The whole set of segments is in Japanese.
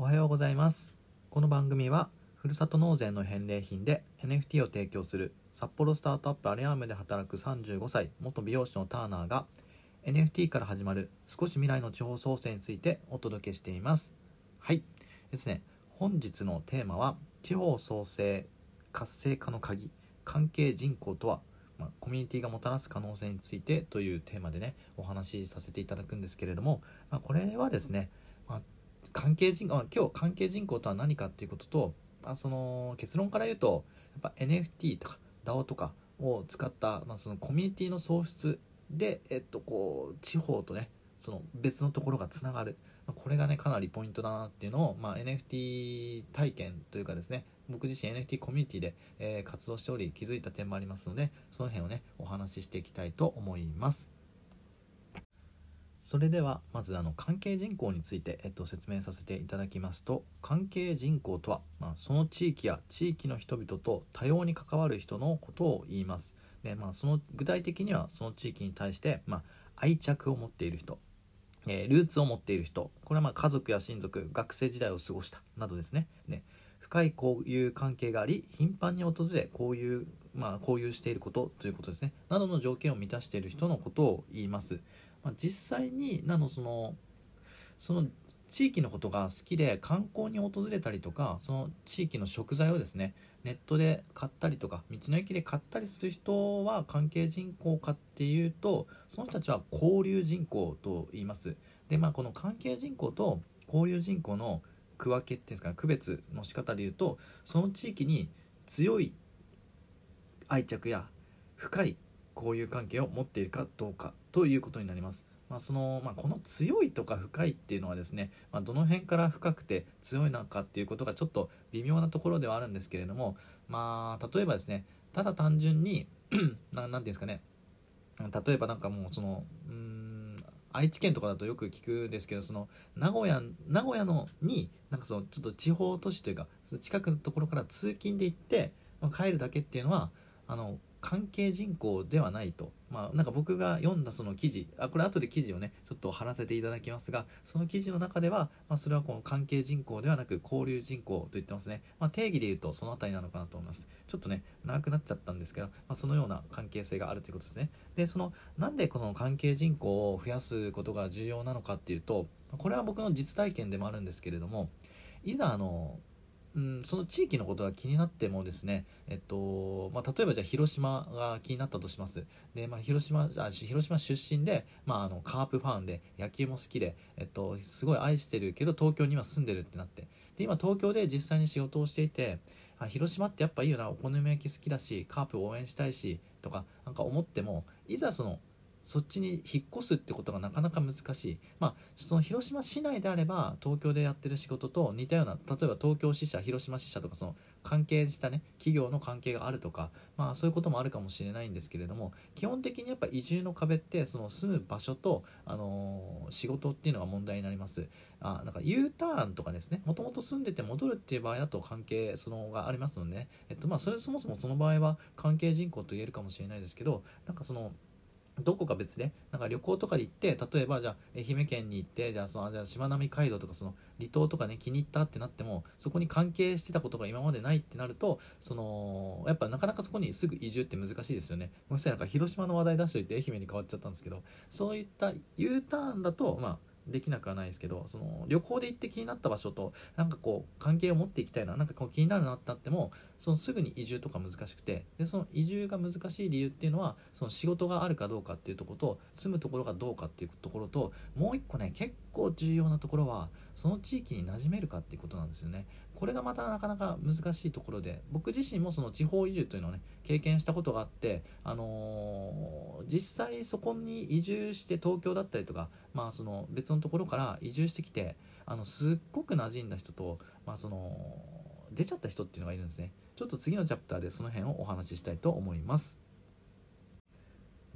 おはようございます。この番組はふるさと納税の返礼品で NFT を提供する札幌スタートアップアレアームで働く35歳元美容師のターナーが NFT から始まる少し未来の地方創生についてお届けしています。はいですね、本日のテーマは地方創生活性化の鍵、関係人口とは、コミュニティがもたらす可能性についてというテーマでねお話しさせていただくんですけれども、これはですね、関係人口、今日関係人口とは何かっていうことと、その結論から言うとやっぱ NFT とか DAO とかを使った、そのコミュニティの創出で、地方とねその別のところがつながる、これがねかなりポイントだなっていうのを、NFT 体験というかですね、僕自身 NFT コミュニティで、活動しており気づいた点もありますので、その辺をねお話ししていきたいと思います。それではまず関係人口について、説明させていただきますと、関係人口とは、その地域や地域の人々と多様に関わる人のことを言います。で、その具体的にはその地域に対して、愛着を持っている人、ルーツを持っている人、これは家族や親族、学生時代を過ごしたなどですね。深い交友関係があり頻繁に訪れ交友していることということですね、などの条件を満たしている人のことを言います。実際にその地域のことが好きで観光に訪れたりとか、その地域の食材をですねネットで買ったりとか道の駅で買ったりする人は関係人口かっていうと、その人たちは交流人口と言います。で、この関係人口と交流人口の区分けっていうんですかね、区別の仕方でいうと、その地域に強い愛着や深い交友関係を持っているかどうかということになります。この強いとか深いっていうのはですね、どの辺から深くて強いのかっていうことがちょっと微妙なところではあるんですけれども、例えばですね、ただ単純になんていうんですかね、例えばもう愛知県とかだとよく聞くんですけど、その名古屋のにそのちょっと地方都市というか近くのところから通勤で行って、帰るだけっていうのは関係人口ではないと、僕が読んだその記事、これ後で記事をねちょっと貼らせていただきますが、その記事の中では、それはこの関係人口ではなく交流人口と言ってますね。定義で言うとそのあたりなのかなと思います。ちょっとね長くなっちゃったんですけど、そのような関係性があるということですね。で、なんでこの関係人口を増やすことが重要なのかっていうと、これは僕の実体験でもあるんですけれども、いざその地域のことが気になってもですね、例えばじゃあ広島が気になったとします。で、広島出身で、カープファンで野球も好きで、すごい愛してるけど東京に今住んでるってなって、で今東京で実際に仕事をしていて、広島ってやっぱいいよな、お好み焼き好きだしカープ応援したいしとか思っても、いざそっちに引っ越すってことがなかなか難しい。その広島市内であれば東京でやってる仕事と似たような、例えば東京支社広島支社とか、その関係したね企業の関係があるとか、そういうこともあるかもしれないんですけれども、基本的にやっぱ移住の壁ってその住む場所と、仕事っていうのが問題になります。U ターンとかですね、もともと住んでて戻るっていう場合だと関係がありますのでね、そもそもその場合は関係人口と言えるかもしれないですけど、どこか別で旅行とかで行って、例えばじゃあ愛媛県に行って、じゃあしまなみ海道とかその離島とかね気に入ったってなっても、そこに関係してたことが今までないってなると、やっぱなかなかそこにすぐ移住って難しいですよね。ごめんなさい、広島の話題出しといて愛媛に変わっちゃったんですけど、そういった U ターンだとできなくはないですけど、その旅行で行って気になった場所と関係を持っていきたいな、気になるなってなっても、すぐに移住とか難しくて、でその移住が難しい理由っていうのは、その仕事があるかどうかっていうところと、住むところがどうかっていうところと、もう一個ね結構重要なところはその地域に馴染めるかっていうことなんですよね。これがまたなかなか難しいところで、僕自身もその地方移住というのをね経験したことがあって、実際そこに移住して東京だったりとか、その別のところから移住してきて、すっごく馴染んだ人と、出ちゃった人っていうのがいるんですね。ちょっと次のチャプターでその辺をお話ししたいと思います。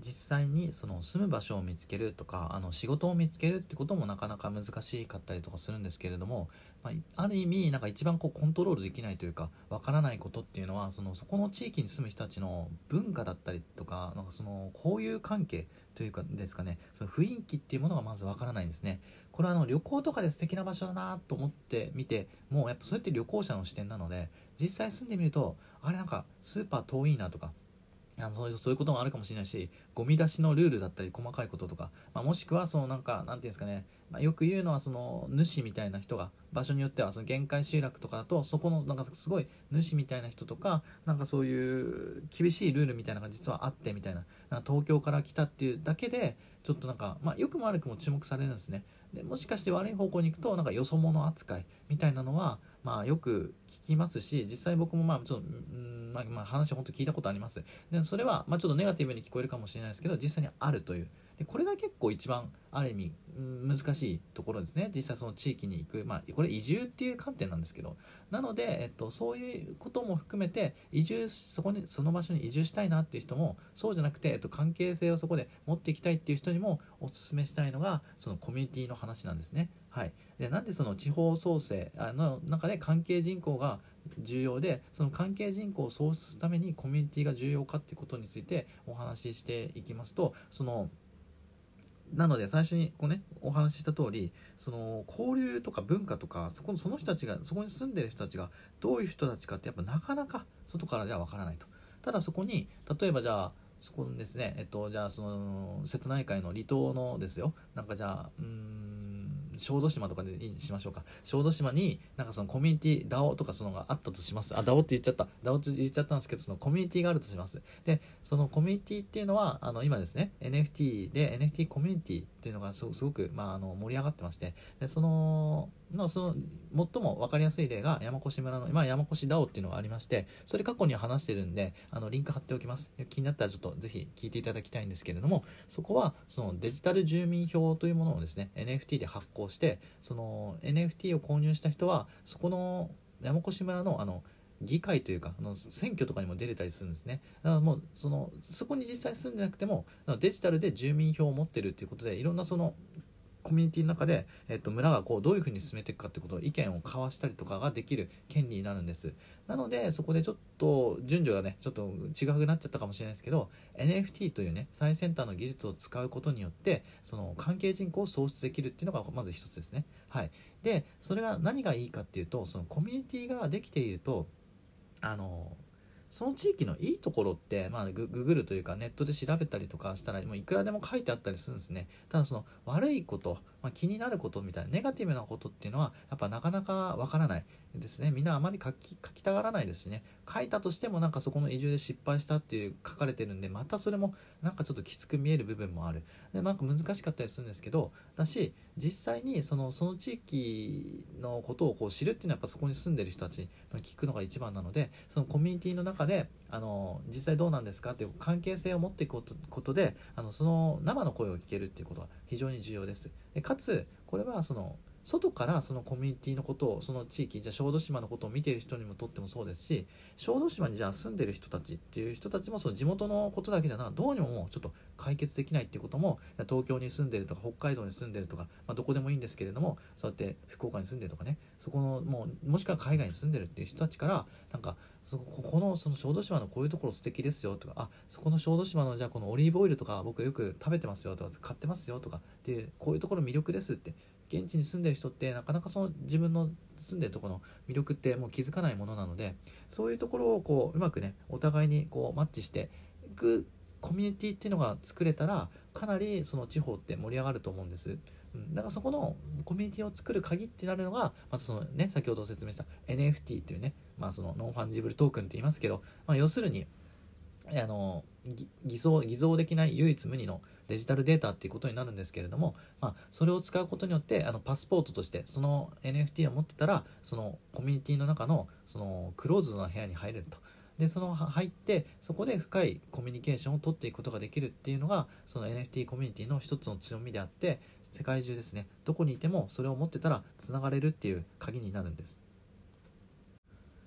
実際にその住む場所を見つけるとか仕事を見つけるってこともなかなか難しかったりとかするんですけれども、ある意味なんか一番こうコントロールできないというかわからないことっていうのはそこの地域に住む人たちの文化だったりとか、なんかその交友関係というかですかね、その雰囲気っていうものがまずわからないんですね。これは旅行とかで素敵な場所だなと思って見てもやっぱそれって旅行者の視点なので、実際住んでみるとあれなんかスーパー遠いなとか、そういうこともあるかもしれないし、ゴミ出しのルールだったり細かいこととか、もしくはそのなんていうんですかね、よく言うのはその主みたいな人が場所によってはその限界集落とかだとそこのなんかすごい主みたいな人とかなんかそういう厳しいルールみたいなのが実はあってみたいな、なんか東京から来たっていうだけでちょっとなんか、良くも悪くも注目されるんですね。でもしかして悪い方向に行くとなんかよそ者扱いみたいなのはよく聞きますし、実際僕もちょっと話本当聞いたことあります。でそれはちょっとネガティブに聞こえるかもしれないですけど実際にあるという。でこれが結構一番ある意味難しいところですね。実際その地域に行く、これ移住っていう観点なんですけど、なので、そういうことも含めてその場所に移住したいなっていう人もそうじゃなくて、関係性をそこで持っていきたいっていう人にもお勧めしたいのがそのコミュニティの話なんですね。はい。でなんでその地方創生の中で関係人口が重要で、その関係人口を創出するためにコミュニティが重要かっていうことについてお話ししていきますと、なので最初にお話しした通り、その交流とか文化とかその人たちがそこに住んでる人たちがどういう人たちかってやっぱなかなか外からじゃわからないと。ただそこに例えばじゃあそこにですね、じゃあその瀬戸内海の離島のですよ、なんかじゃあ小豆島とかでしましょうか。小豆島になんかそのコミュニティダオとかそのがあったとします。ダオって言っちゃったダオって言っちゃったんですけど、そのコミュニティがあるとします。でそのコミュニティっていうのは今ですね NFT で NFT コミュニティっていうのがすごく、盛り上がってまして、でその最も分かりやすい例が山越村の、山越ダオっていうのがありまして、それ過去には話してるんでリンク貼っておきます。気になったらちょっとぜひ聞いていただきたいんですけれども、そこはそのデジタル住民票というものをですね NFT で発行して、その NFT を購入した人はそこの山越村の議会というか選挙とかにも出れたりするんですね。だからもうそこに実際住んでなくてもデジタルで住民票を持ってるということで、いろんなそのコミュニティの中で、村がこうどういうふうに進めていくかってことを意見を交わしたりとかができる権利になるんです。なのでそこでちょっと順序がねちょっと違くなっちゃったかもしれないですけど、 NFT というね最先端の技術を使うことによってその関係人口を創出できるっていうのがまず一つですね。はい。でそれが何がいいかっていうと、そのコミュニティができているとその地域のいいところって、ググるというかネットで調べたりとかしたらもういくらでも書いてあったりするんですね。ただその悪いこと、気になることみたいなネガティブなことっていうのはやっぱなかなかわからないですね。みんなあまり書きたがらないですしね。書いたとしてもなんかそこの移住で失敗したっていう書かれてるんで、またそれもなんかちょっときつく見える部分もある。でなんか難しかったりするんですけど、だし実際にその地域のことをこう知るっていうのはやっぱそこに住んでる人たちに聞くのが一番なので、そのコミュニティの中で実際どうなんですかっていう関係性を持っていくことでその生の声を聞けるっていうことは非常に重要です。でかつこれはその外からそのコミュニティのことをその地域じゃあ小豆島のことを見ている人にもとってもそうですし、小豆島にじゃあ住んでる人たちっていう人たちもその地元のことだけじゃなどうにももうちょっと解決できないっていうことも、東京に住んでるとか北海道に住んでるとか、どこでもいいんですけれども、そうやって福岡に住んでるとかね、そこのもしくは海外に住んでるっていう人たちからなんかここのその小豆島のこういうところ素敵ですよとか、そこの小豆島のじゃあこのオリーブオイルとか僕よく食べてますよとか買ってますよとかっていう、こういうところ魅力ですって、現地に住んでる人ってなかなかその自分の住んでるところの魅力ってもう気づかないものなので、そういうところをこううまくねお互いにこうマッチしていくコミュニティっていうのが作れたらかなりその地方って盛り上がると思うんです。だからそこのコミュニティを作る鍵ってなるのがまずそのね先ほど説明した NFT っていうね、そのノンファンジブルトークンって言いますけど、要するに偽造できない唯一無二のデジタルデータっていうことになるんですけれども、それを使うことによってパスポートとしてその NFT を持ってたらそのコミュニティの中のそのクローズな部屋に入れると。でその入ってそこで深いコミュニケーションを取っていくことができるっていうのがその NFT コミュニティの一つの強みであって、世界中ですねどこにいてもそれを持ってたらつながれるっていう鍵になるんです。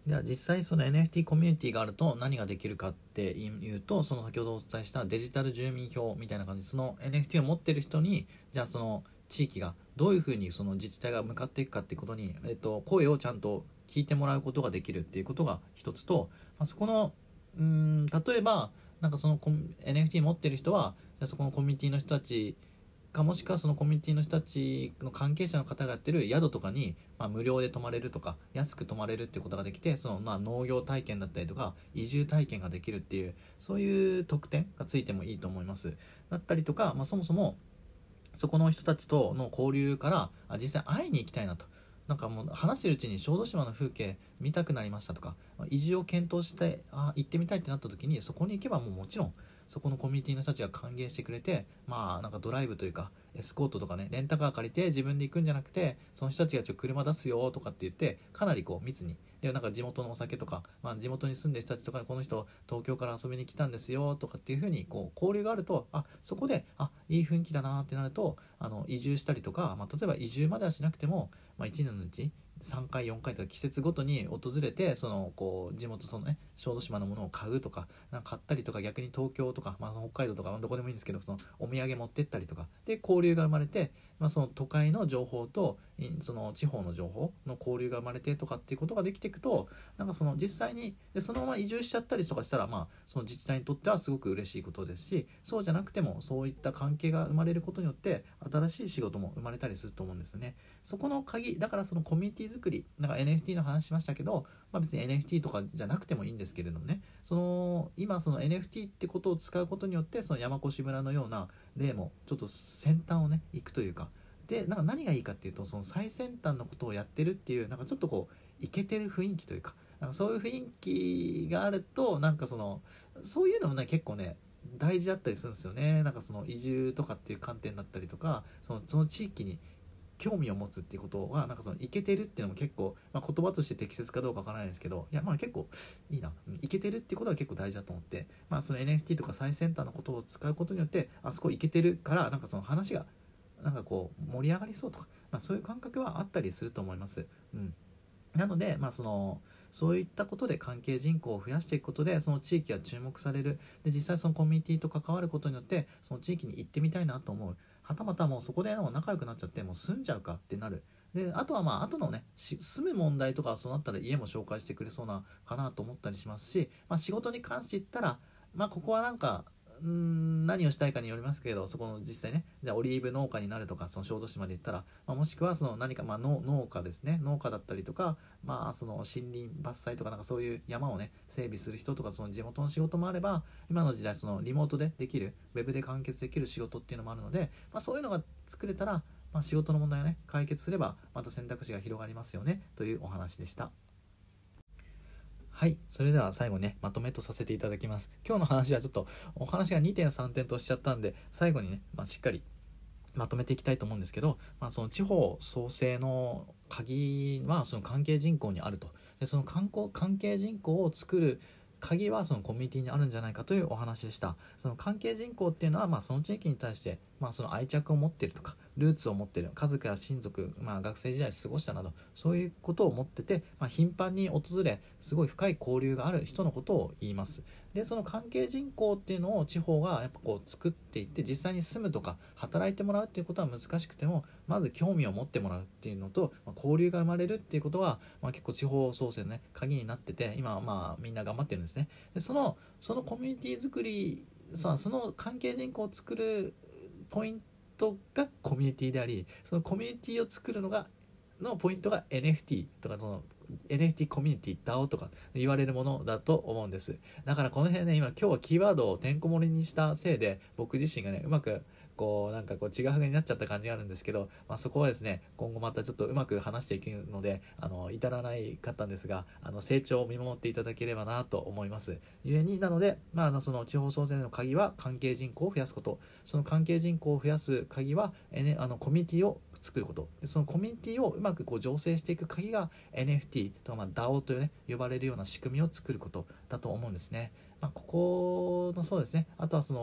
では実際その NFT コミュニティがあると何ができるかっていうと、その先ほどお伝えしたデジタル住民票みたいな感じで、その NFT を持ってる人にじゃあその地域がどういうふうにその自治体が向かっていくかっていうことに、声をちゃんと聞いてもらうことができるっていうことが一つと、そこの例えばなんかそのNFT 持ってる人はじゃあそこのコミュニティの人たちか、もしくはそのコミュニティの人たちの関係者の方がやってる宿とかに、無料で泊まれるとか安く泊まれるっていうことができて、その農業体験だったりとか移住体験ができるっていう、そういう特典がついてもいいと思います。だったりとか、そもそもそこの人たちとの交流から実際会いに行きたいなと、なんかもう話してるうちに小豆島の風景見たくなりましたとか、移住を検討して行ってみたいってなった時に、そこに行けばもちろんそこのコミュニティの人たちが歓迎してくれて、なんかドライブというかエスコートとかね、レンタカー借りて自分で行くんじゃなくて、その人たちが車出すよとかって言ってかなりこう密に、でなんか地元のお酒とか、地元に住んでる人たちとか、この人東京から遊びに来たんですよとかっていう風にこう交流があると、そこでいい雰囲気だなってなると、移住したりとか、例えば移住まではしなくても、1年のうち3回4回とか季節ごとに訪れて、そのこう地元そのね小豆島のものを買うとか、なんか買ったりとか、逆に東京とか、北海道とかどこでもいいんですけど、そのお土産持ってったりとかで交流が生まれて、その都会の情報とその地方の情報の交流が生まれてとかっていうことができていくと、なんかその実際にそのまま移住しちゃったりとかしたら、その自治体にとってはすごく嬉しいことですし、そうじゃなくてもそういった関係が生まれることによって新しい仕事も生まれたりすると思うんですね。そこの鍵だから、そのコミュニティ作り、なんか NFT の話しましたけど、別に NFT とかじゃなくてもいいんですけれどもね、今その NFT ってことを使うことによって、その山越村のような例もちょっと先端をね行くというか、でなんか何がいいかっていうと、その最先端のことをやってるっていう、なんかちょっとこうイケてる雰囲気というか、なんかそういう雰囲気があると、なんかそういうのもね結構ね大事だったりするんですよね。なんかその移住とかっていう観点だったりとか、その地域に興味を持つっていうことは、なんかそのイケてるっていうのも結構、言葉として適切かどうかわからないですけど、いや結構いいな、イケてるっていうことは結構大事だと思って、その NFT とか最先端のことを使うことによって、あそこイケてるから、なんかその話がなんかこう盛り上がりそうとか、そういう感覚はあったりすると思います。なので、そういったことで関係人口を増やしていくことで、その地域が注目される。で実際そのコミュニティと関わることによって、その地域に行ってみたいなと思う。はたまたもうそこでもう仲良くなっちゃってもう住んじゃうかってなる。であとは後のね住む問題とか、そうなったら家も紹介してくれそうなかなと思ったりしますし、仕事に関して言ったら、ここはなんか何をしたいかによりますけど、そこの実際ね、じゃあオリーブ農家になるとか、その小豆島で言ったら、もしくはその何か農家ですね、農家だったりとか、その森林伐採とか、なんかそういう山をね整備する人とか、その地元の仕事もあれば、今の時代そのリモートでできるウェブで完結できる仕事っていうのもあるので、そういうのが作れたら、仕事の問題をね解決すれば、また選択肢が広がりますよねというお話でした。はい、それでは最後にねまとめとさせていただきます。今日の話はちょっとお話が2点3点としちゃったんで、最後にね、しっかりまとめていきたいと思うんですけど、その地方創生の鍵はその関係人口にあると。でその関係人口を作る鍵はそのコミュニティにあるんじゃないかというお話でした。その関係人口っていうのは、その地域に対して、その愛着を持っているとか、ルーツを持っている、家族や親族、学生時代過ごしたなど、そういうことを持ってて、頻繁に訪れすごい深い交流がある人のことを言います。でその関係人口っていうのを地方がやっぱこう作っていって、実際に住むとか働いてもらうっていうことは難しくても、まず興味を持ってもらうっていうのと、交流が生まれるっていうことは、結構地方創生のね鍵になってて、今みんな頑張ってるんですね。でそのコミュニティ作り、その関係人口を作るポイントがコミュニティであり、そのコミュニティを作るのポイントが NFT とか、その NFT コミュニティ DAO とか言われるものだと思うんです。だからこの辺ね、今日はキーワードをてんこ盛りにしたせいで、僕自身がねうまくなんかちぐはぐになっちゃった感じがあるんですけど、そこはですね今後またちょっとうまく話していくので、至らないかったんですが、成長を見守っていただければなと思います。故になので、その地方創生の鍵は関係人口を増やすこと。その関係人口を増やす鍵は、コミュニティを作ること。でそのコミュニティをうまく醸成していく鍵が NFT とか、DAO というね呼ばれるような仕組みを作ることだと思うんですね。ここのそうですね、あとはその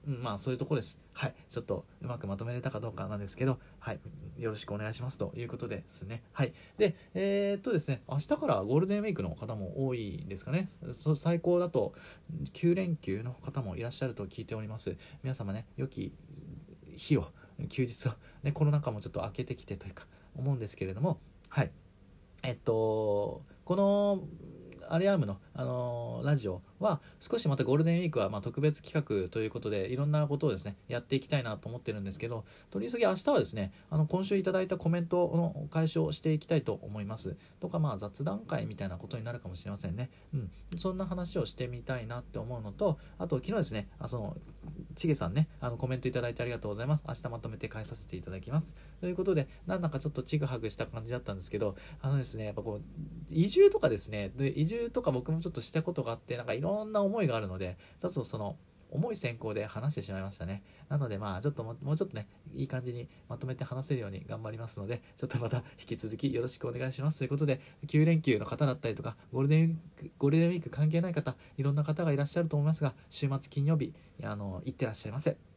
まあそういうところです。はい、ちょっとうまくまとめれたかどうかなんですけど、はい、よろしくお願いしますということですね。はい。で、ですね、明日からゴールデンウィークの方も多いですかね。最高だと9連休の方もいらっしゃると聞いております。皆様ね、良き日を、休日を、ね、コロナ禍もちょっと明けてきてというか思うんですけれども、はい。このアリアームの、ラジオは少しまたゴールデンウィークは特別企画ということでいろんなことをですねやっていきたいなと思ってるんですけど、取り急ぎ明日はですね今週いただいたコメントのお返しをしていきたいと思いますとか、雑談会みたいなことになるかもしれませんね。そんな話をしてみたいなって思うのと、あと昨日ですねちげさんねコメントいただいてありがとうございます。明日まとめて返させていただきますということで、なんだかちょっとちぐはぐした感じだったんですけど、ですねやっぱこう移住とかですね、で移住とか僕もちょっとしたことがあって、なんかいろんな思いがあるので、ちょっとその重い先行で話してしまいましたね。なのでちょっともうちょっとねいい感じにまとめて話せるように頑張りますので、ちょっとまた引き続きよろしくお願いしますということで、9連休の方だったりとかゴールデンウィーク関係ない方、いろんな方がいらっしゃると思いますが、週末金曜日いってらっしゃいませ。